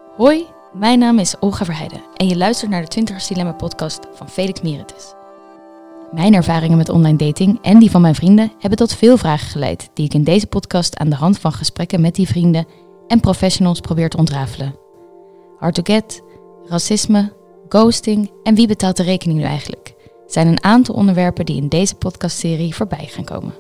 Hoi, mijn naam is Olga Verheijden en je luistert naar de 20ers Dilemma podcast van Felix Meritis. Mijn ervaringen met online dating en die van mijn vrienden hebben tot veel vragen geleid die ik in deze podcast aan de hand van gesprekken met die vrienden en professionals probeer te ontrafelen. Hard to get, racisme, ghosting en wie betaalt de rekening nu eigenlijk zijn een aantal onderwerpen die in deze podcastserie voorbij gaan komen.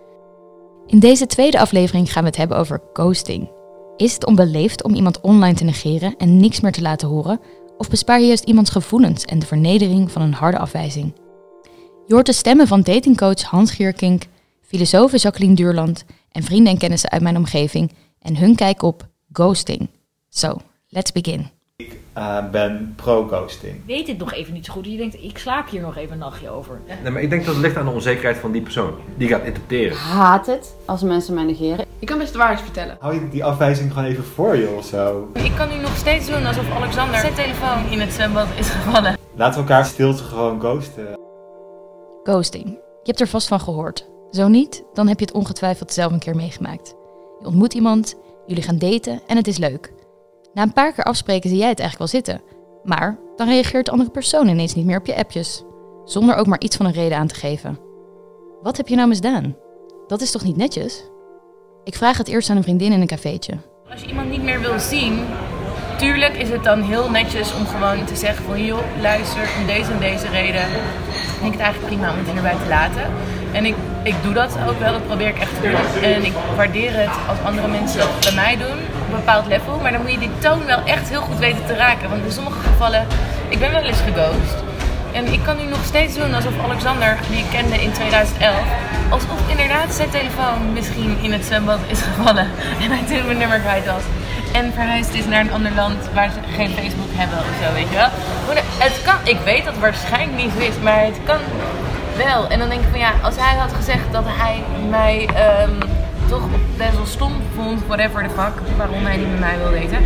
In deze tweede aflevering gaan we het hebben over ghosting. Is het onbeleefd om iemand online te negeren en niks meer te laten horen? Of bespaar je juist iemands gevoelens en de vernedering van een harde afwijzing? Je hoort de stemmen van datingcoach Hans Gierkink, filosoof Jacqueline Duurland en vrienden en kennissen uit mijn omgeving en hun kijk op ghosting. So, let's begin. Ik ben pro-ghosting. Weet het nog even niet zo goed. Je denkt, ik slaap hier nog even een nachtje over. Nee, maar ik denk dat het ligt aan de onzekerheid van die persoon. Die gaat interpreteren. Ik haat het als mensen mij negeren. Je kan best de waarheid vertellen. Hou je die afwijzing gewoon even voor je of zo? Ik kan nu nog steeds doen alsof Alexander zijn telefoon in het zwembad is gevallen. Laten we elkaar stilte gewoon ghosten. Ghosting. Je hebt er vast van gehoord. Zo niet, dan heb je het ongetwijfeld zelf een keer meegemaakt. Je ontmoet iemand, jullie gaan daten en het is leuk. Na een paar keer afspreken zie jij het eigenlijk wel zitten. Maar dan reageert de andere persoon ineens niet meer op je appjes. Zonder ook maar iets van een reden aan te geven. Wat heb je nou misdaan? Dat is toch niet netjes? Ik vraag het eerst aan een vriendin in een cafeetje. Als je iemand niet meer wil zien, tuurlijk is het dan heel netjes om gewoon te zeggen van joh, luister, om deze en deze reden vind ik het eigenlijk prima om het hierbij te laten. En ik doe dat ook wel, dat probeer ik echt te doen. En ik waardeer het als andere mensen dat bij mij doen, op een bepaald level. Maar dan moet je die toon wel echt heel goed weten te raken. Want in sommige gevallen, ik ben wel eens geghost. En ik kan nu nog steeds doen alsof Alexander, die ik kende in 2011, alsof inderdaad zijn telefoon misschien in het zwembad is gevallen. En hij toen mijn nummer kwijt was. En verhuisd is naar een ander land waar ze geen Facebook hebben of zo, weet je wel. Het kan, ik weet dat het waarschijnlijk niet zo is, maar het kan wel. En dan denk ik van ja, als hij had gezegd dat hij mij toch best wel stom vond, whatever the fuck, waarom hij niet met mij wil daten,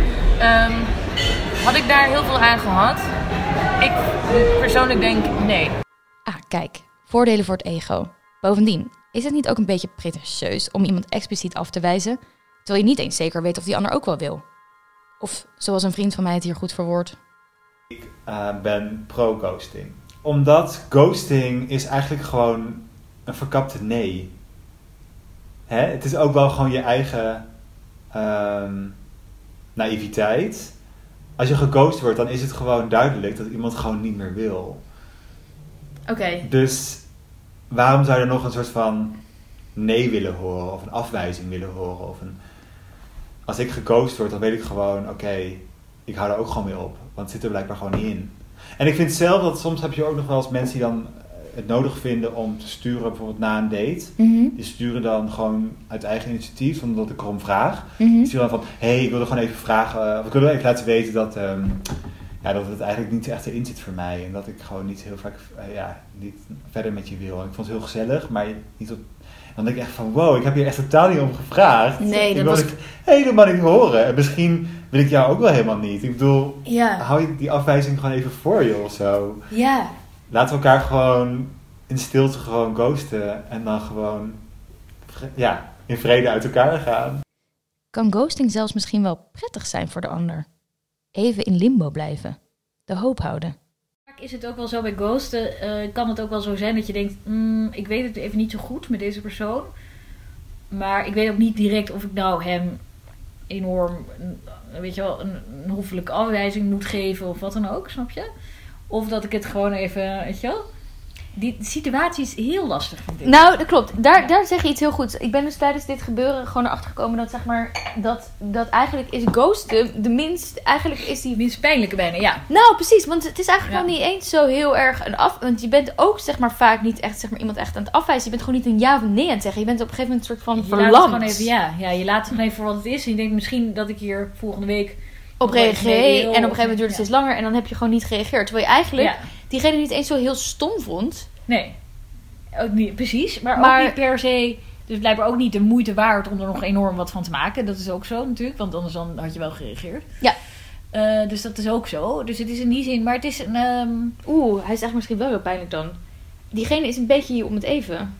had ik daar heel veel aan gehad. Ik persoonlijk denk nee. Ah, kijk. Voordelen voor het ego. Bovendien, is het niet ook een beetje pretentieus om iemand expliciet af te wijzen, terwijl je niet eens zeker weet of die ander ook wel wil? Of, zoals een vriend van mij het hier goed verwoordt. Ik ben pro-ghosting. Omdat ghosting is eigenlijk gewoon een verkapte nee. Hè? Het is ook wel gewoon je eigen naïviteit. Als je geghost wordt, dan is het gewoon duidelijk dat iemand gewoon niet meer wil. Oké. Dus waarom zou je er nog een soort van nee willen horen of een afwijzing willen horen? Als ik geghost word, dan weet ik gewoon, oké, ik hou er ook gewoon mee op. Want het zit er blijkbaar gewoon niet in. En ik vind zelf dat soms heb je ook nog wel eens mensen die dan het nodig vinden om te sturen, bijvoorbeeld na een date. Mm-hmm. Die sturen dan gewoon uit eigen initiatief, omdat ik erom vraag. Mm-hmm. Die sturen dan van, ik wil er gewoon even vragen, of ik wil er even laten weten dat het eigenlijk niet echt erin zit voor mij. En dat ik gewoon niet heel vaak, niet verder met je wil. En ik vond het heel gezellig, maar niet op... Dan denk ik echt van, wow, ik heb hier echt totaal niet om gevraagd. Nee, ik dat wil was... het helemaal niet horen. En misschien wil ik jou ook wel helemaal niet. Ik bedoel, Ja. hou je die afwijzing gewoon even voor je of zo. Ja. Laten we elkaar gewoon in stilte gewoon ghosten. En dan gewoon, in vrede uit elkaar gaan. Kan ghosting zelfs misschien wel prettig zijn voor de ander? Even in limbo blijven. De hoop houden. Vaak is het ook wel zo bij ghosten, kan het ook wel zo zijn dat je denkt, ik weet het even niet zo goed met deze persoon. Maar ik weet ook niet direct of ik nou hem enorm, weet je wel, een hoffelijke afwijzing moet geven of wat dan ook, snap je? Of dat ik het gewoon even, weet je wel. Die situatie is heel lastig, vind ik. Nou, dat klopt. Daar zeg je iets heel goeds. Ik ben dus tijdens dit gebeuren gewoon erachter gekomen dat, zeg maar, dat eigenlijk is ghosten de minst... Eigenlijk is die... minst pijnlijke bijna, ja. Nou, precies. Want het is eigenlijk wel niet eens zo heel erg want je bent ook, zeg maar, vaak niet echt, zeg maar, iemand echt aan het afwijzen. Je bent gewoon niet een ja of een nee aan het zeggen. Je bent op een gegeven moment een soort van verlamd. Laat het gewoon even, je laat het gewoon even voor wat het is. En je denkt misschien dat ik hier volgende week op reageer. En op een gegeven moment duurt het steeds langer. En dan heb je gewoon niet gereageerd. Terwijl je eigenlijk diegene niet eens zo heel stom vond. Nee, ook niet, precies. Maar ook niet per se... Dus blijkbaar ook niet de moeite waard om er nog enorm wat van te maken. Dat is ook zo natuurlijk. Want anders dan had je wel gereageerd. Ja. Dus dat is ook zo. Dus het is in die zin... Maar het is een... hij is echt misschien wel heel pijnlijk dan. Diegene is een beetje hier om het even.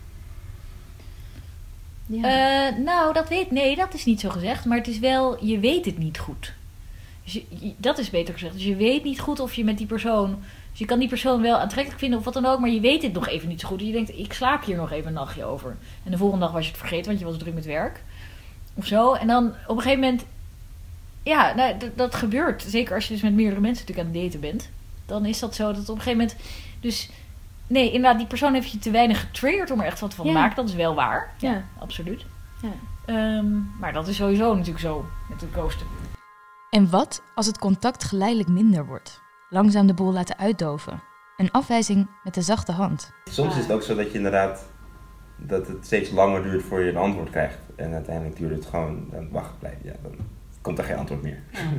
Ja. Dat is niet zo gezegd. Maar het is wel... Je weet het niet goed. Dus dat is beter gezegd. Dus je weet niet goed of je met die persoon... Dus je kan die persoon wel aantrekkelijk vinden of wat dan ook, maar je weet het nog even niet zo goed. Dus je denkt, ik slaap hier nog even een nachtje over. En de volgende dag was je het vergeten, want je was druk met werk. Of zo. En dan op een gegeven moment... Ja, nou, dat gebeurt. Zeker als je dus met meerdere mensen natuurlijk aan het daten bent. Dan is dat zo dat op een gegeven moment... Dus nee, inderdaad, die persoon heeft je te weinig getriggerd om er echt wat van te maken. Dat is wel waar. Ja, absoluut. Ja. Maar dat is sowieso natuurlijk zo met het ghosten. En wat als het contact geleidelijk minder wordt? Langzaam de boel laten uitdoven. Een afwijzing met de zachte hand. Soms is het ook zo dat je inderdaad... dat het steeds langer duurt voor je een antwoord krijgt. En uiteindelijk duurt het gewoon... dan wacht, blijf. Ja, dan komt er geen antwoord meer.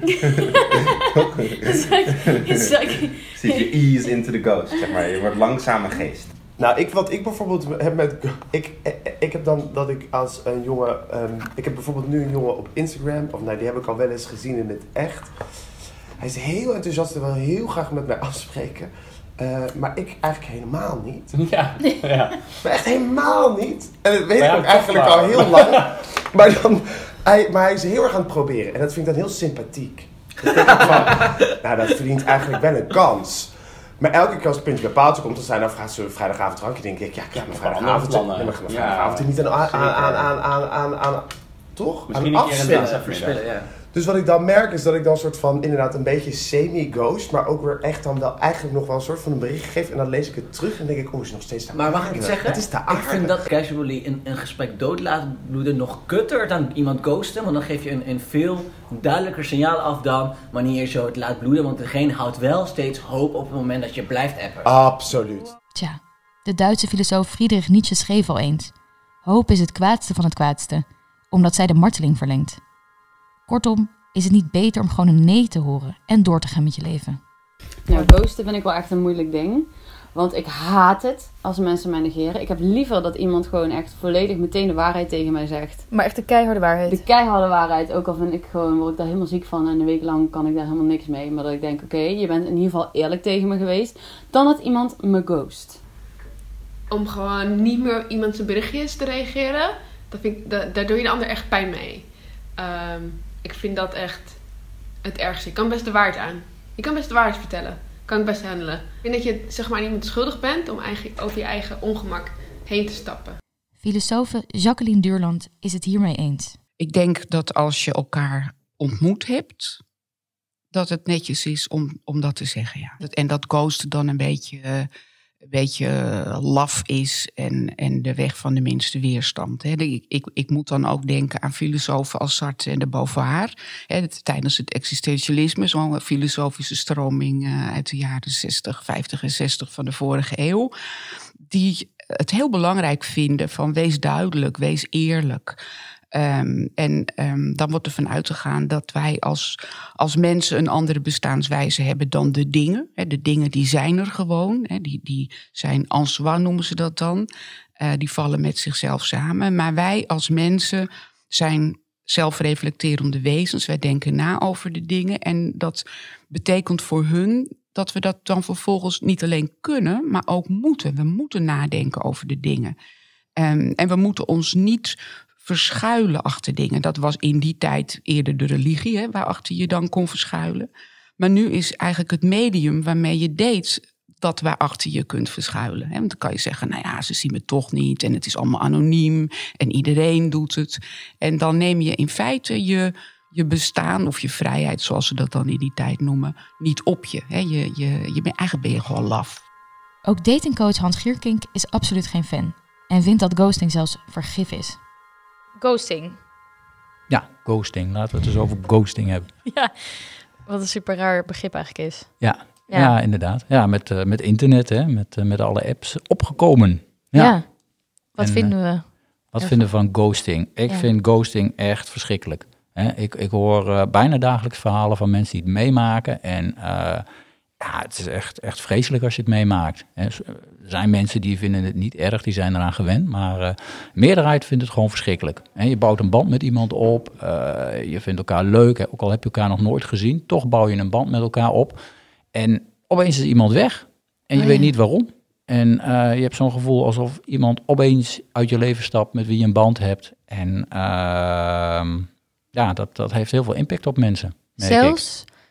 Zit je ease into the ghost, zeg maar. Je wordt langzaam een geest. Nou, wat ik bijvoorbeeld heb met... Ik heb dan dat ik als een jongen... ik heb bijvoorbeeld nu een jongen op Instagram... of nou, die heb ik al wel eens gezien in het echt. Hij is heel enthousiast en wil heel graag met mij afspreken. Maar ik eigenlijk helemaal niet. Ja. Maar echt helemaal niet. En dat weet ik ook eigenlijk al heel lang. Maar hij is heel erg aan het proberen. En dat vind ik dan heel sympathiek. Dan denk ik van... nou, dat verdient eigenlijk wel een kans. Maar elke keer als het puntje bij paaltje komt, dan zijn dan vragen ze vrijdagavond drankje. Dan denk ik, ja, maar vrijdagavond er niet aan toch? Misschien aan een keer een verspillen, ja. Dus wat ik dan merk is dat ik dan soort van inderdaad een beetje semi-ghost, maar ook weer echt dan wel eigenlijk nog wel een soort van een bericht geef. En dan lees ik het terug en denk ik, is nog steeds te Maar mag ik het zeggen? Het is te aardig. Ik vind dat casually een gesprek dood laten bloeden nog kutter dan iemand ghosten. Want dan geef je een veel duidelijker signaal af dan wanneer je zo het laat bloeden. Want degene houdt wel steeds hoop op het moment dat je blijft appen. Absoluut. Tja, de Duitse filosoof Friedrich Nietzsche schreef al eens: hoop is het kwaadste van het kwaadste, omdat zij de marteling verlengt. Kortom, is het niet beter om gewoon een nee te horen en door te gaan met je leven? Nou, ghosten vind ik wel echt een moeilijk ding. Want ik haat het als mensen mij negeren. Ik heb liever dat iemand gewoon echt volledig meteen de waarheid tegen mij zegt. Maar echt de keiharde waarheid. De keiharde waarheid. Ook al vind ik gewoon, word ik daar helemaal ziek van. En een week lang kan ik daar helemaal niks mee. Maar dat ik denk, oké, je bent in ieder geval eerlijk tegen me geweest. Dan dat iemand me ghost. Om gewoon niet meer op iemand zijn berichtjes te reageren. Daar doe je de ander echt pijn mee. Ik vind dat echt het ergste. Je kan best de waarheid aan. Je kan best de waarheid vertellen. Kan ik best handelen. Ik vind dat je zeg maar iemand schuldig bent om over je eigen ongemak heen te stappen. Filosofe Jacqueline Duurland is het hiermee eens. Ik denk dat als je elkaar ontmoet hebt, dat het netjes is om dat te zeggen. Ja. En dat ghosten dan een beetje laf is en de weg van de minste weerstand. Ik moet dan ook denken aan filosofen als Sartre en de Beauvoir. Tijdens het existentialisme, zo'n filosofische stroming uit de jaren 50 en 60 van de vorige eeuw. Die het heel belangrijk vinden van wees duidelijk, wees eerlijk. Dan wordt er van uitgegaan dat wij als mensen een andere bestaanswijze hebben dan de dingen. De dingen die zijn er gewoon. Die zijn en soi noemen ze dat dan. Die vallen met zichzelf samen. Maar wij als mensen zijn zelfreflecterende wezens. Wij denken na over de dingen. En dat betekent voor hun dat we dat dan vervolgens niet alleen kunnen, maar ook moeten. We moeten nadenken over de dingen. En we moeten ons niet verschuilen achter dingen. Dat was in die tijd eerder de religie, waarachter je dan kon verschuilen. Maar nu is eigenlijk het medium waarmee je date dat waarachter je kunt verschuilen. Want dan kan je zeggen, nou ja, ze zien me toch niet en het is allemaal anoniem en iedereen doet het. En dan neem je in feite je bestaan of je vrijheid, zoals ze dat dan in die tijd noemen, niet op je. Eigenlijk ben je gewoon laf. Ook datingcoach Hans Gierkink is absoluut geen fan en vindt dat ghosting zelfs vergif is. Ghosting. Ja, ghosting. Laten we het dus over ghosting hebben. Ja, wat een super raar begrip eigenlijk is. Ja, inderdaad. Ja, met internet, met alle apps opgekomen. Ja. Wat vinden we? Wat vinden we van ghosting? Ik vind ghosting echt verschrikkelijk. Ik hoor bijna dagelijks verhalen van mensen die het meemaken. En het is echt vreselijk als je het meemaakt. Er zijn mensen die vinden het niet erg, die zijn eraan gewend. Maar de meerderheid vindt het gewoon verschrikkelijk. Je bouwt een band met iemand op. Je vindt elkaar leuk. Ook al heb je elkaar nog nooit gezien. Toch bouw je een band met elkaar op. En opeens is iemand weg. En je weet niet waarom. En je hebt zo'n gevoel alsof iemand opeens uit je leven stapt met wie je een band hebt. En dat heeft heel veel impact op mensen.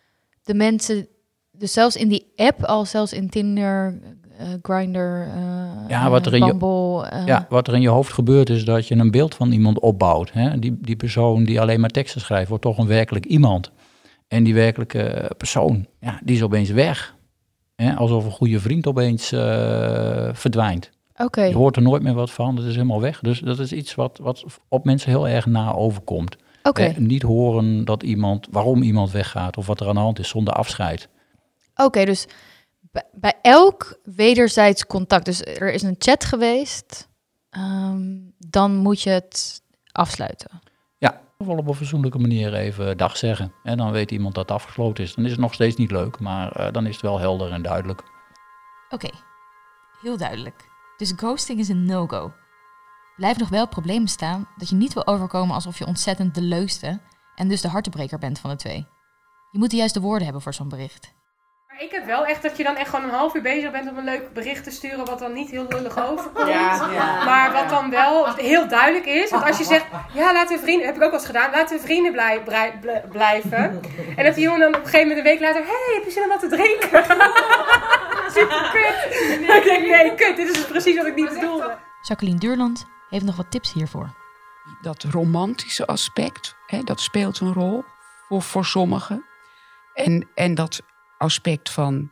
de mensen, dus zelfs in die app, al zelfs in Tinder, Grindr, Bumble... wat er in je hoofd gebeurt is dat je een beeld van iemand opbouwt. Hè? Die persoon die alleen maar teksten schrijft, wordt toch een werkelijk iemand. En die werkelijke persoon, die is opeens weg. Hè? Alsof een goede vriend opeens verdwijnt. Okay. Je hoort er nooit meer wat van, dat is helemaal weg. Dus dat is iets wat op mensen heel erg na overkomt. Niet horen waarom iemand weggaat of wat er aan de hand is zonder afscheid. Oké, dus bij elk wederzijds contact, dus er is een chat geweest, dan moet je het afsluiten. Ja, wel op een fatsoenlijke manier even dag zeggen. En dan weet iemand dat het afgesloten is. Dan is het nog steeds niet leuk, maar dan is het wel helder en duidelijk. Oké, heel duidelijk. Dus ghosting is een no-go. Blijven nog wel problemen staan dat je niet wil overkomen alsof je ontzettend de leuste en dus de hartebreker bent van de twee. Je moet de juiste woorden hebben voor zo'n bericht. Maar ik heb wel echt dat je dan echt gewoon een half uur bezig bent om een leuk bericht te sturen wat dan niet heel lullig overkomt. Ja. Maar wat dan wel heel duidelijk is. Want als je zegt, laten we vrienden, heb ik ook wel eens gedaan, laten we vrienden blijven. En dat die jongen dan op een gegeven moment een week later, hey, heb je zin om wat te drinken? Super kut. Dan denk ik, nee, kut, dit is precies wat ik niet bedoelde. Jacqueline Duurland heeft nog wat tips hiervoor. Dat romantische aspect, dat speelt een rol voor sommigen. En dat aspect van,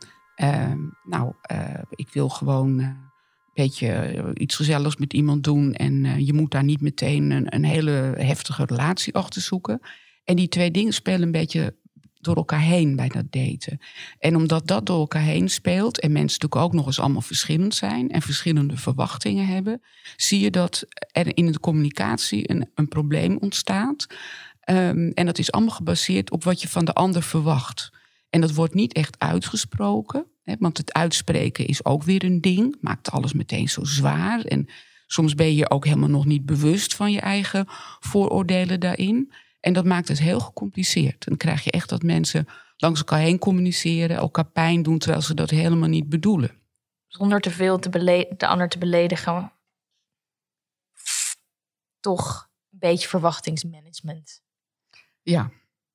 ik wil gewoon een beetje iets gezelligs met iemand doen. En je moet daar niet meteen een hele heftige relatie achter zoeken. En die twee dingen spelen een beetje door elkaar heen bij dat daten. En omdat dat door elkaar heen speelt en mensen natuurlijk ook nog eens allemaal verschillend zijn en verschillende verwachtingen hebben, zie je dat er in de communicatie een probleem ontstaat. En dat is allemaal gebaseerd op wat je van de ander verwacht. En dat wordt niet echt uitgesproken, want het uitspreken is ook weer een ding, maakt alles meteen zo zwaar. En soms ben je ook helemaal nog niet bewust van je eigen vooroordelen daarin. En dat maakt het heel gecompliceerd. Dan krijg je echt dat mensen langs elkaar heen communiceren, elkaar pijn doen, terwijl ze dat helemaal niet bedoelen. Zonder te veel de ander te beledigen. Toch een beetje verwachtingsmanagement. Ja.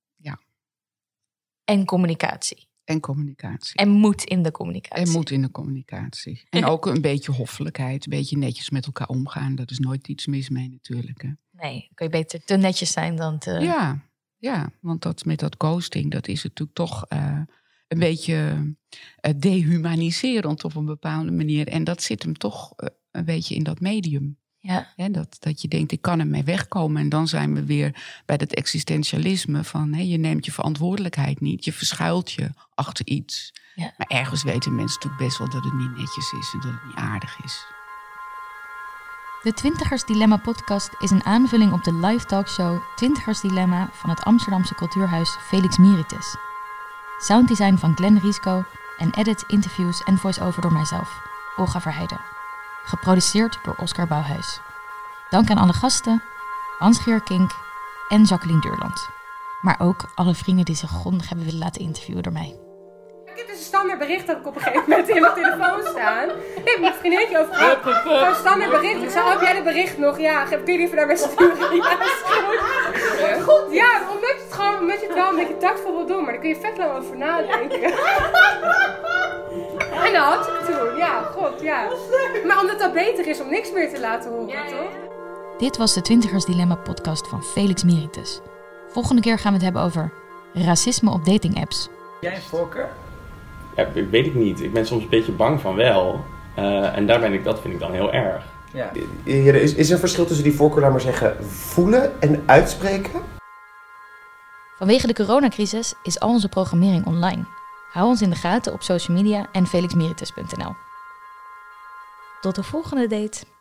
En communicatie. En moed in de communicatie. En ook een beetje hoffelijkheid, een beetje netjes met elkaar omgaan. Dat is nooit iets mis mee natuurlijk. Hè? Nee, kun je beter te netjes zijn dan te... Ja, want met dat ghosting, dat is natuurlijk toch een beetje dehumaniserend op een bepaalde manier. En dat zit hem toch een beetje in dat medium. Ja. Dat je denkt, ik kan ermee wegkomen. En dan zijn we weer bij dat existentialisme van je neemt je verantwoordelijkheid niet. Je verschuilt je achter iets. Ja. Maar ergens weten mensen natuurlijk best wel dat het niet netjes is en dat het niet aardig is. De Twintigers Dilemma podcast is een aanvulling op de live talkshow Twintigers Dilemma van het Amsterdamse cultuurhuis Felix Meritis. Sounddesign van Glenn Riesco en edit, interviews en voice-over door mijzelf, Olga Verheijden. Geproduceerd door Oscar Bouwhuis. Dank aan alle gasten, Hans-Geer Kink en Jacqueline Duurland. Maar ook alle vrienden die zich grondig hebben willen laten interviewen door mij. Ik heb dus een standaard bericht dat ik op een gegeven moment in mijn telefoon staan. Ik heb mijn vriendinnetje over gehad. Gewoon een standaard bericht. Ik zei, heb jij dat bericht nog? Ja, kun je even naar mij sturen? Ja, is goed. Ja, omdat je het wel een beetje tactvol wil doen. Maar daar kun je vet lang over nadenken. En dat had ik toen. Ja. Maar omdat dat beter is om niks meer te laten horen, toch? Dit was de Twintigers Dilemma podcast van Felix Meritis. Volgende keer gaan we het hebben over racisme op datingapps. Jij een voorkeur? Ja, weet ik niet. Ik ben soms een beetje bang van wel. En dat vind ik dan heel erg. Ja. Is er een verschil tussen die voorkeur, laat maar zeggen, voelen en uitspreken? Vanwege de coronacrisis is al onze programmering online. Hou ons in de gaten op social media en felixmeritis.nl. Tot de volgende date.